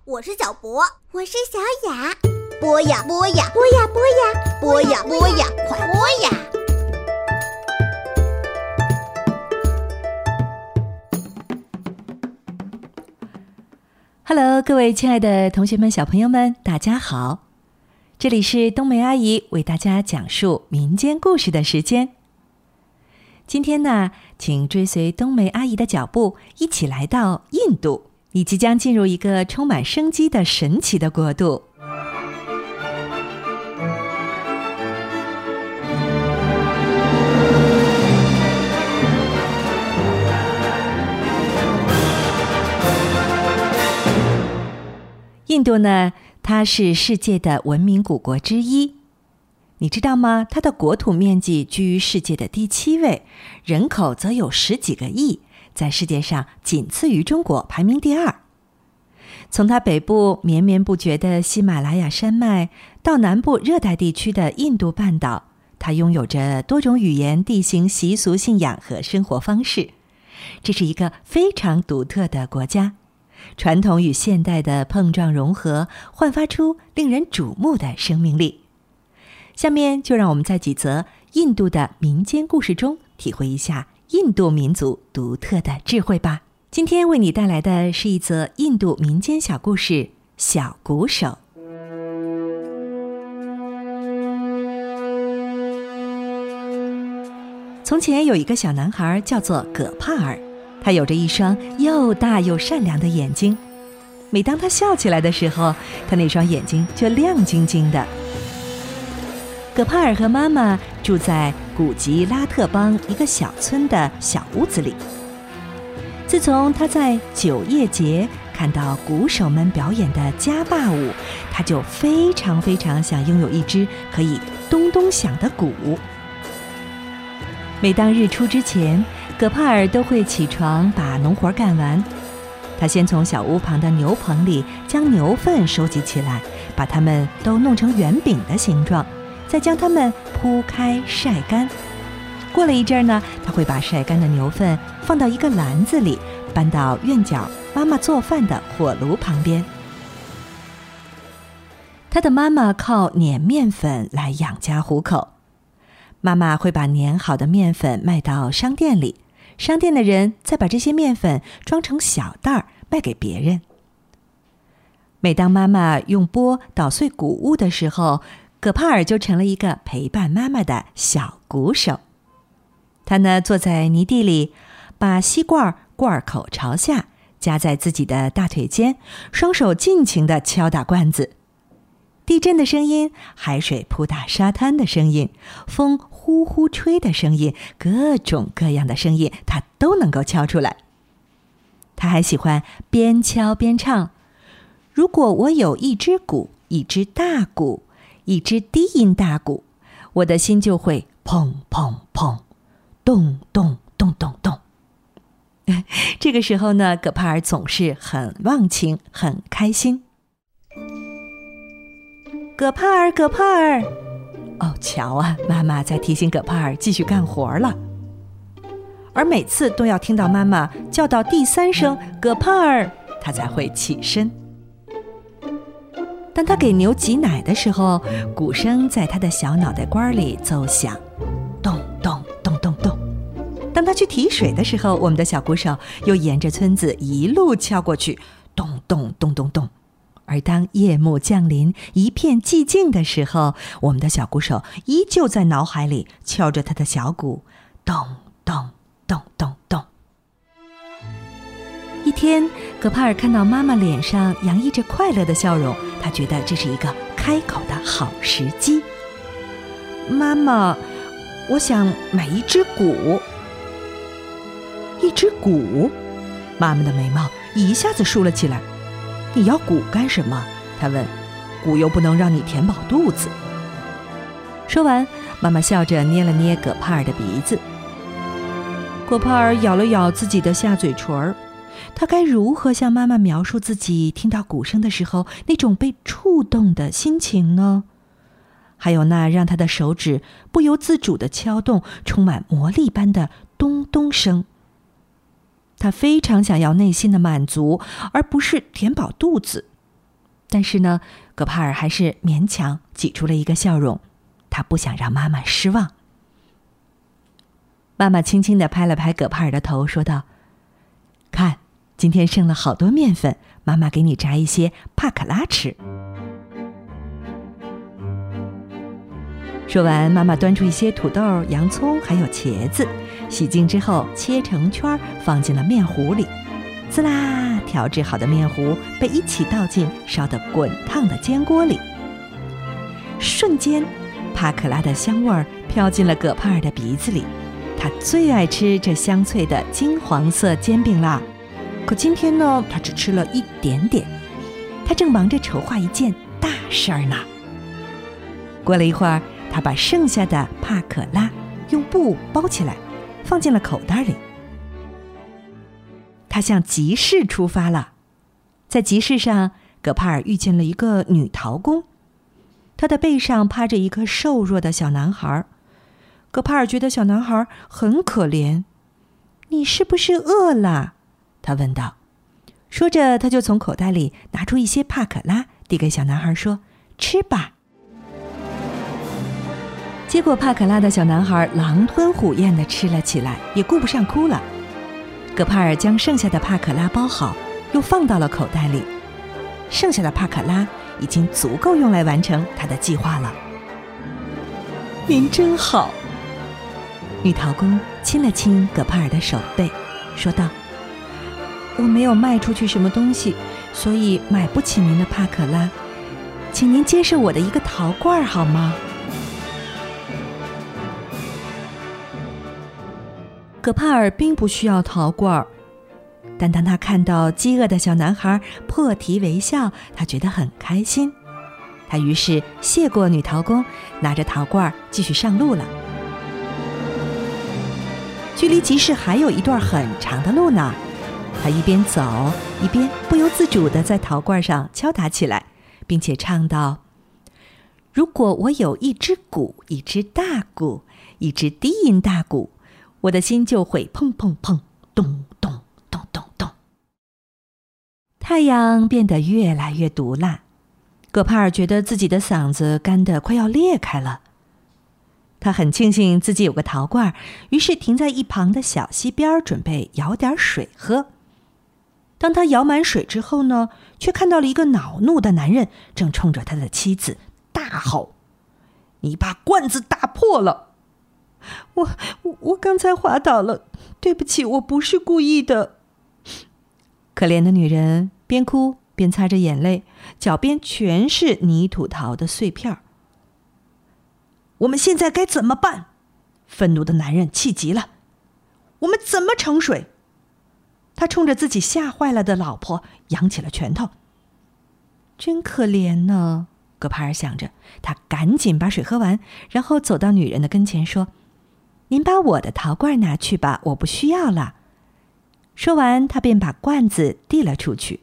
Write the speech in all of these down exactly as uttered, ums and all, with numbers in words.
我是小博， 我是小雅。 播呀播呀播呀播呀播呀播呀，快播呀！ Hello， 各位亲爱的同学们、小朋友们，大家好！这里是冬梅阿姨为大家讲述民间故事的时间。今天呢，请追随冬梅阿姨的脚步，一起来到印度。你即将进入一个充满生机的神奇的国度。印度呢，它是世界的文明古国之一。你知道吗？它的国土面积居于世界的第七位，人口则有十几个亿，在世界上仅次于中国，排名第二。从它北部绵绵不绝的喜马拉雅山脉，到南部热带地区的印度半岛，它拥有着多种语言、地形、习俗、信仰和生活方式。这是一个非常独特的国家。传统与现代的碰撞融合，焕发出令人瞩目的生命力。下面就让我们在几则印度的民间故事中体会一下印度民族独特的智慧吧。今天为你带来的是一则印度民间小故事《小鼓手》。从前有一个小男孩叫做葛帕尔，他有着一双又大又善良的眼睛，每当他笑起来的时候，他那双眼睛就亮晶晶的。葛帕尔和妈妈住在古吉拉特邦一个小村的小屋子里。自从他在九叶节看到鼓手们表演的加霸舞，他就非常非常想拥有一只可以咚咚响的鼓。每当日出之前，葛帕尔都会起床把农活干完。他先从小屋旁的牛棚里将牛粪收集起来，把它们都弄成圆饼的形状，再将它们铺开晒干。过了一阵呢，他会把晒干的牛粪放到一个篮子里，搬到院角妈妈做饭的火炉旁边。他的妈妈靠碾面粉来养家糊口。妈妈会把碾好的面粉卖到商店里，商店的人再把这些面粉装成小袋儿卖给别人。每当妈妈用钵捣碎谷物的时候，葛帕尔就成了一个陪伴妈妈的小鼓手。他呢，坐在泥地里，把吸罐罐口朝下，夹在自己的大腿间，双手尽情地敲打罐子。地震的声音，海水扑打沙滩的声音，风呼呼吹的声音，各种各样的声音他都能够敲出来。他还喜欢边敲边唱：如果我有一只鼓，一只大鼓，一只低音大鼓，我的心就会砰砰砰，咚咚咚咚咚。这个时候呢，葛帕尔总是很忘情，很开心。葛帕尔，葛帕尔！哦，瞧啊，妈妈在提醒葛帕尔继续干活了。而每次都要听到妈妈叫到第三声葛帕尔，他才会起身。当他给牛挤奶的时候，鼓声在他的小脑袋瓜里奏响，咚咚咚咚咚。当他去提水的时候，我们的小鼓手又沿着村子一路敲过去，咚咚咚咚咚。而当夜幕降临，一片寂静的时候，我们的小鼓手依旧在脑海里敲着他的小鼓，咚咚咚咚咚。一天，葛帕尔看到妈妈脸上洋溢着快乐的笑容，他觉得这是一个开口的好时机。妈妈，我想买一只鼓。一只鼓？妈妈的眉毛一下子竖了起来。你要鼓干什么？他问。鼓又不能让你填饱肚子。说完，妈妈笑着捏了捏葛帕尔的鼻子。葛帕尔咬了咬自己的下嘴唇，他该如何向妈妈描述自己听到鼓声的时候那种被触动的心情呢？还有那让他的手指不由自主地敲动、充满魔力般的咚咚声。他非常想要内心的满足，而不是填饱肚子。 但是呢，葛帕尔还是勉强挤出了一个笑容，他不想让妈妈失望。妈妈轻轻地拍了拍葛帕尔的头，说道：看，今天剩了好多面粉，妈妈给你炸一些帕可拉吃。说完，妈妈端出一些土豆、洋葱还有茄子，洗净之后切成圈，放进了面糊里。滋啦，调制好的面糊被一起倒进烧得滚烫的煎锅里。瞬间，帕可拉的香味儿飘进了葛帕尔的鼻子里，他最爱吃这香脆的金黄色煎饼啦。可今天呢，他只吃了一点点。他正忙着筹划一件大事儿呢。过了一会儿，他把剩下的帕可拉用布包起来，放进了口袋里。他向集市出发了。在集市上，葛帕尔遇见了一个女陶工，她的背上趴着一个瘦弱的小男孩。葛帕尔觉得小男孩很可怜。你是不是饿了？他问道。说着，他就从口袋里拿出一些帕可拉，递给小男孩说：吃吧。结果帕可拉的小男孩狼吞虎咽地吃了起来，也顾不上哭了。葛帕尔将剩下的帕可拉包好，又放到了口袋里。剩下的帕可拉已经足够用来完成他的计划了。您真好。女陶工亲了亲葛帕尔的手背，说道：我没有卖出去什么东西，所以买不起您的帕可拉，请您接受我的一个陶罐好吗？葛帕尔并不需要陶罐，但当他看到饥饿的小男孩破涕为笑，他觉得很开心。他于是谢过女陶工，拿着陶罐继续上路了。距离集市还有一段很长的路呢。他一边走，一边不由自主地在陶罐上敲打起来，并且唱道：如果我有一只鼓，一只大鼓，一只低音大鼓，我的心就会砰砰砰，咚咚咚咚咚。太阳变得越来越毒辣，葛帕尔觉得自己的嗓子干得快要裂开了。他很庆幸自己有个陶罐，于是停在一旁的小溪边，准备舀点水喝。当他舀满水之后呢，却看到了一个恼怒的男人正冲着他的妻子大吼：你把罐子打破了！我我我刚才滑倒了，对不起，我不是故意的。可怜的女人边哭边擦着眼泪，脚边全是泥土陶的碎片。我们现在该怎么办？愤怒的男人气急了。我们怎么盛水？他冲着自己吓坏了的老婆扬起了拳头。真可怜呢，葛帕尔想着，他赶紧把水喝完，然后走到女人的跟前说：您把我的陶罐拿去吧，我不需要了。说完，他便把罐子递了出去。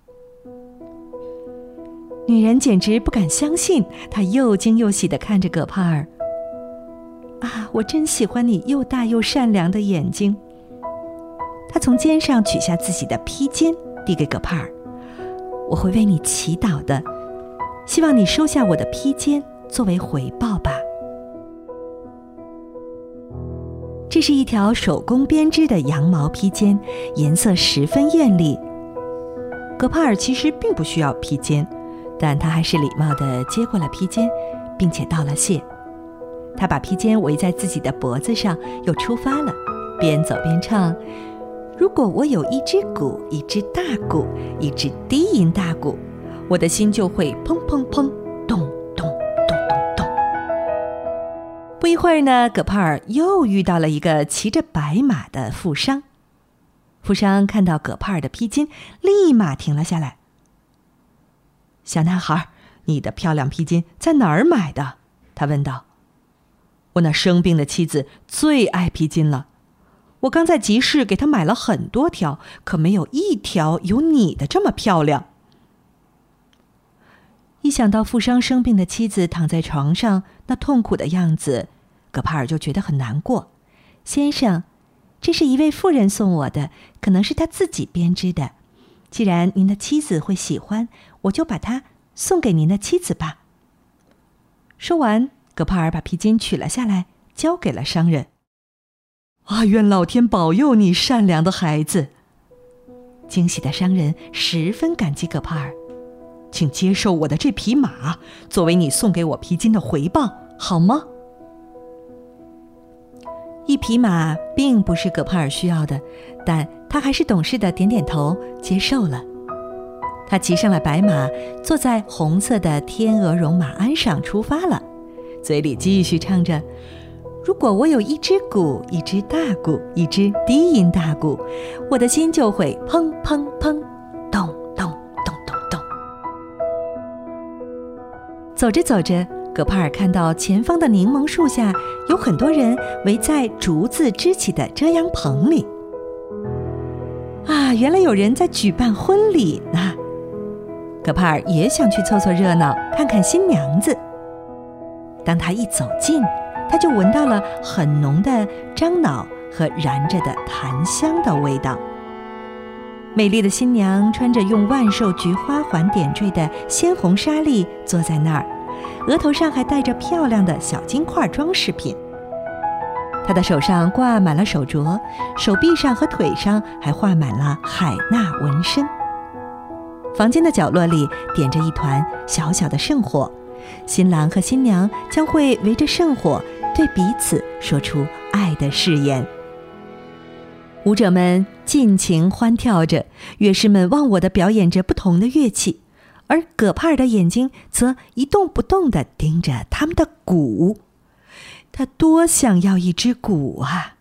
女人简直不敢相信，她又惊又喜地看着葛帕尔。啊，我真喜欢你又大又善良的眼睛。她从肩上取下自己的披肩，递给葛帕尔。我会为你祈祷的，希望你收下我的披肩作为回报吧。这是一条手工编织的羊毛披肩，颜色十分艳丽。葛帕尔其实并不需要披肩，但他还是礼貌地接过了披肩，并且道了谢。他把披肩围在自己的脖子上，又出发了，边走边唱：如果我有一只鼓，一只大鼓，一只低音大鼓，我的心就会砰砰砰，咚咚咚咚咚。不一会儿呢，葛帕尔又遇到了一个骑着白马的富商。富商看到葛帕尔的披肩，立马停了下来。小男孩，你的漂亮披肩在哪儿买的？他问道。我那生病的妻子最爱披巾了，我刚在集市给她买了很多条，可没有一条有你的这么漂亮。一想到富商生病的妻子躺在床上那痛苦的样子，葛帕尔就觉得很难过。先生，这是一位妇人送我的，可能是她自己编织的。 既然您的妻子会喜欢，我就把它送给您的妻子吧。”说完，葛帕尔把皮筋取了下来，交给了商人。啊，愿老天保佑你，善良的孩子！惊喜的商人十分感激葛帕尔，请接受我的这匹马，作为你送给我皮筋的回报，好吗？一匹马并不是葛帕尔需要的，但他还是懂事的点点头，接受了。他骑上了白马，坐在红色的天鹅绒马鞍上出发了，嘴里继续唱着：“如果我有一只鼓，一只大鼓，一只低音大鼓，我的心就会砰砰砰，咚咚咚咚咚。”走着走着，葛帕尔看到前方的柠檬树下有很多人围在竹子支起的遮阳棚里。啊，原来有人在举办婚礼呢！葛帕尔也想去凑凑热闹，看看新娘子。当他一走近，他就闻到了很浓的樟脑和燃着的檀香的味道。美丽的新娘穿着用万寿菊花环点缀的鲜红纱丽，坐在那儿，额头上还戴着漂亮的小金块装饰品。她的手上挂满了手镯，手臂上和腿上还画满了海纳纹身。房间的角落里点着一团小小的圣火，新郎和新娘将会围着圣火对彼此说出爱的誓言。舞者们尽情欢跳着，乐师们忘我地表演着不同的乐器，而葛帕尔的眼睛则一动不动地盯着他们的鼓。他多想要一只鼓啊！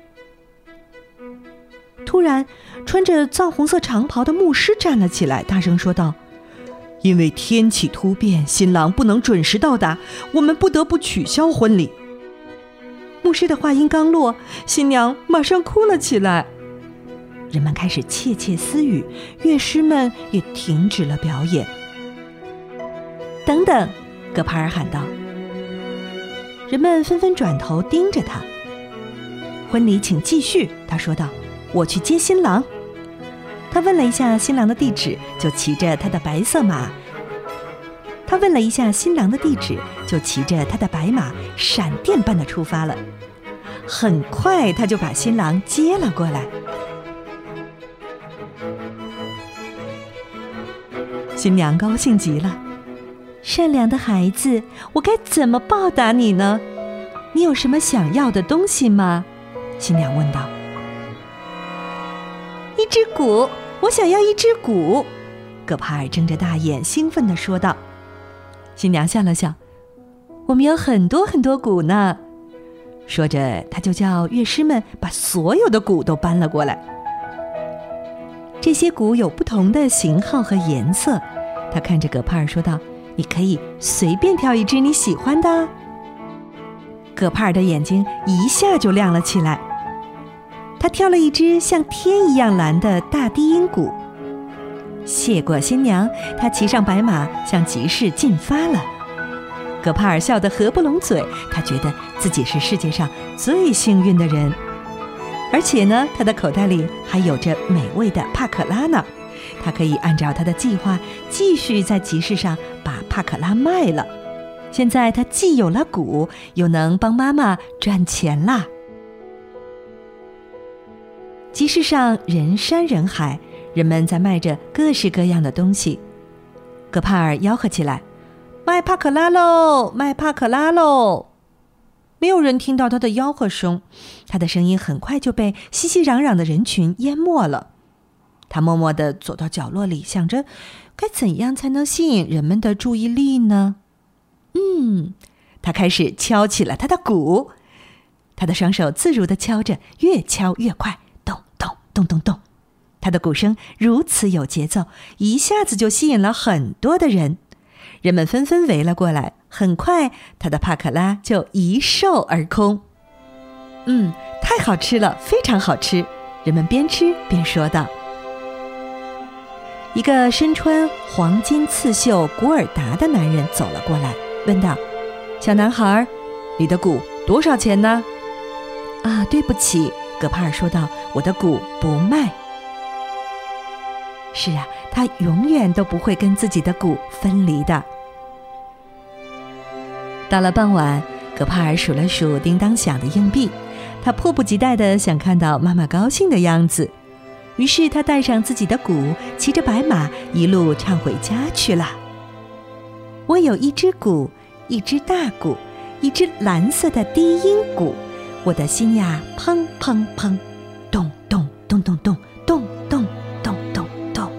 突然，穿着藏红色长袍的牧师站了起来，大声说道：“因为天气突变，新郎不能准时到达，我们不得不取消婚礼。”牧师的话音刚落，新娘马上哭了起来。人们开始窃窃私语，乐师们也停止了表演。等等，葛帕尔喊道。人们纷纷转头盯着他。婚礼请继续，他说道，我去接新郎。他问了一下新郎的地址，就骑着他的白色马。他问了一下新郎的地址，就骑着他的白马，闪电般的出发了。很快，他就把新郎接了过来。新娘高兴极了，善良的孩子，我该怎么报答你呢？你有什么想要的东西吗？新娘问道。一只鼓，我想要一只鼓。葛帕尔睁着大眼，兴奋地说道。新娘笑了笑，我们有很多很多鼓呢。说着，他就叫乐师们把所有的鼓都搬了过来。这些鼓有不同的型号和颜色，他看着葛帕尔说道，你可以随便挑一只你喜欢的。葛帕尔的眼睛一下就亮了起来，他挑了一只像天一样蓝的大低音鼓。谢过新娘，他骑上白马向集市进发了。葛帕尔笑得合不拢嘴，他觉得自己是世界上最幸运的人。而且呢，他的口袋里还有着美味的帕可拉呢，他可以按照他的计划继续在集市上把帕可拉卖了。现在他既有了鼓，又能帮妈妈赚钱啦。集市上人山人海，人们在卖着各式各样的东西。葛帕尔吆喝起来，卖帕可拉喽，卖帕可拉喽！没有人听到他的吆喝声，他的声音很快就被熙熙攘攘的人群淹没了。他默默地走到角落里，想着该怎样才能吸引人们的注意力呢？嗯，他开始敲起了他的鼓，他的双手自如地敲着，越敲越快，咚咚咚咚咚。他的鼓声如此有节奏，一下子就吸引了很多的人。人们纷纷围了过来，很快他的帕可拉就一售而空。嗯，太好吃了，非常好吃，人们边吃边说道。一个身穿黄金刺绣古尔达的男人走了过来，问道，小男孩，你的鼓多少钱呢？啊，对不起，葛帕尔说道，我的鼓不卖。 是啊，他永远都不会跟自己的鼓分离的。到了傍晚，葛帕尔数了数叮当响的硬币，他迫不及待地想看到妈妈高兴的样子。于是他带上自己的鼓，骑着白马一路唱回家去了。我有一只鼓，一只大鼓，一只蓝色的低音鼓，我的心呀砰砰砰，咚咚咚咚咚咚咚咚咚咚。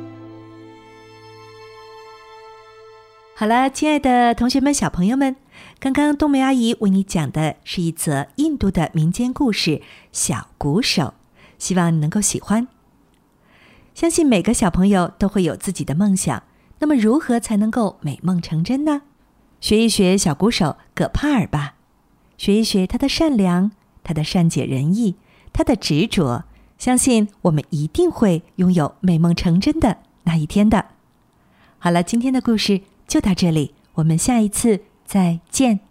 好了，亲爱的同学们小朋友们，刚刚冬梅阿姨为你讲的是一则印度的民间故事《小鼓手》，希望你能够喜欢。相信每个小朋友都会有自己的梦想，那么如何才能够美梦成真呢？学一学小鼓手葛帕尔吧，学一学他的善良，他的善解人意，他的执着，相信我们一定会拥有美梦成真的那一天的。好了，今天的故事就到这里，我们下一次再见。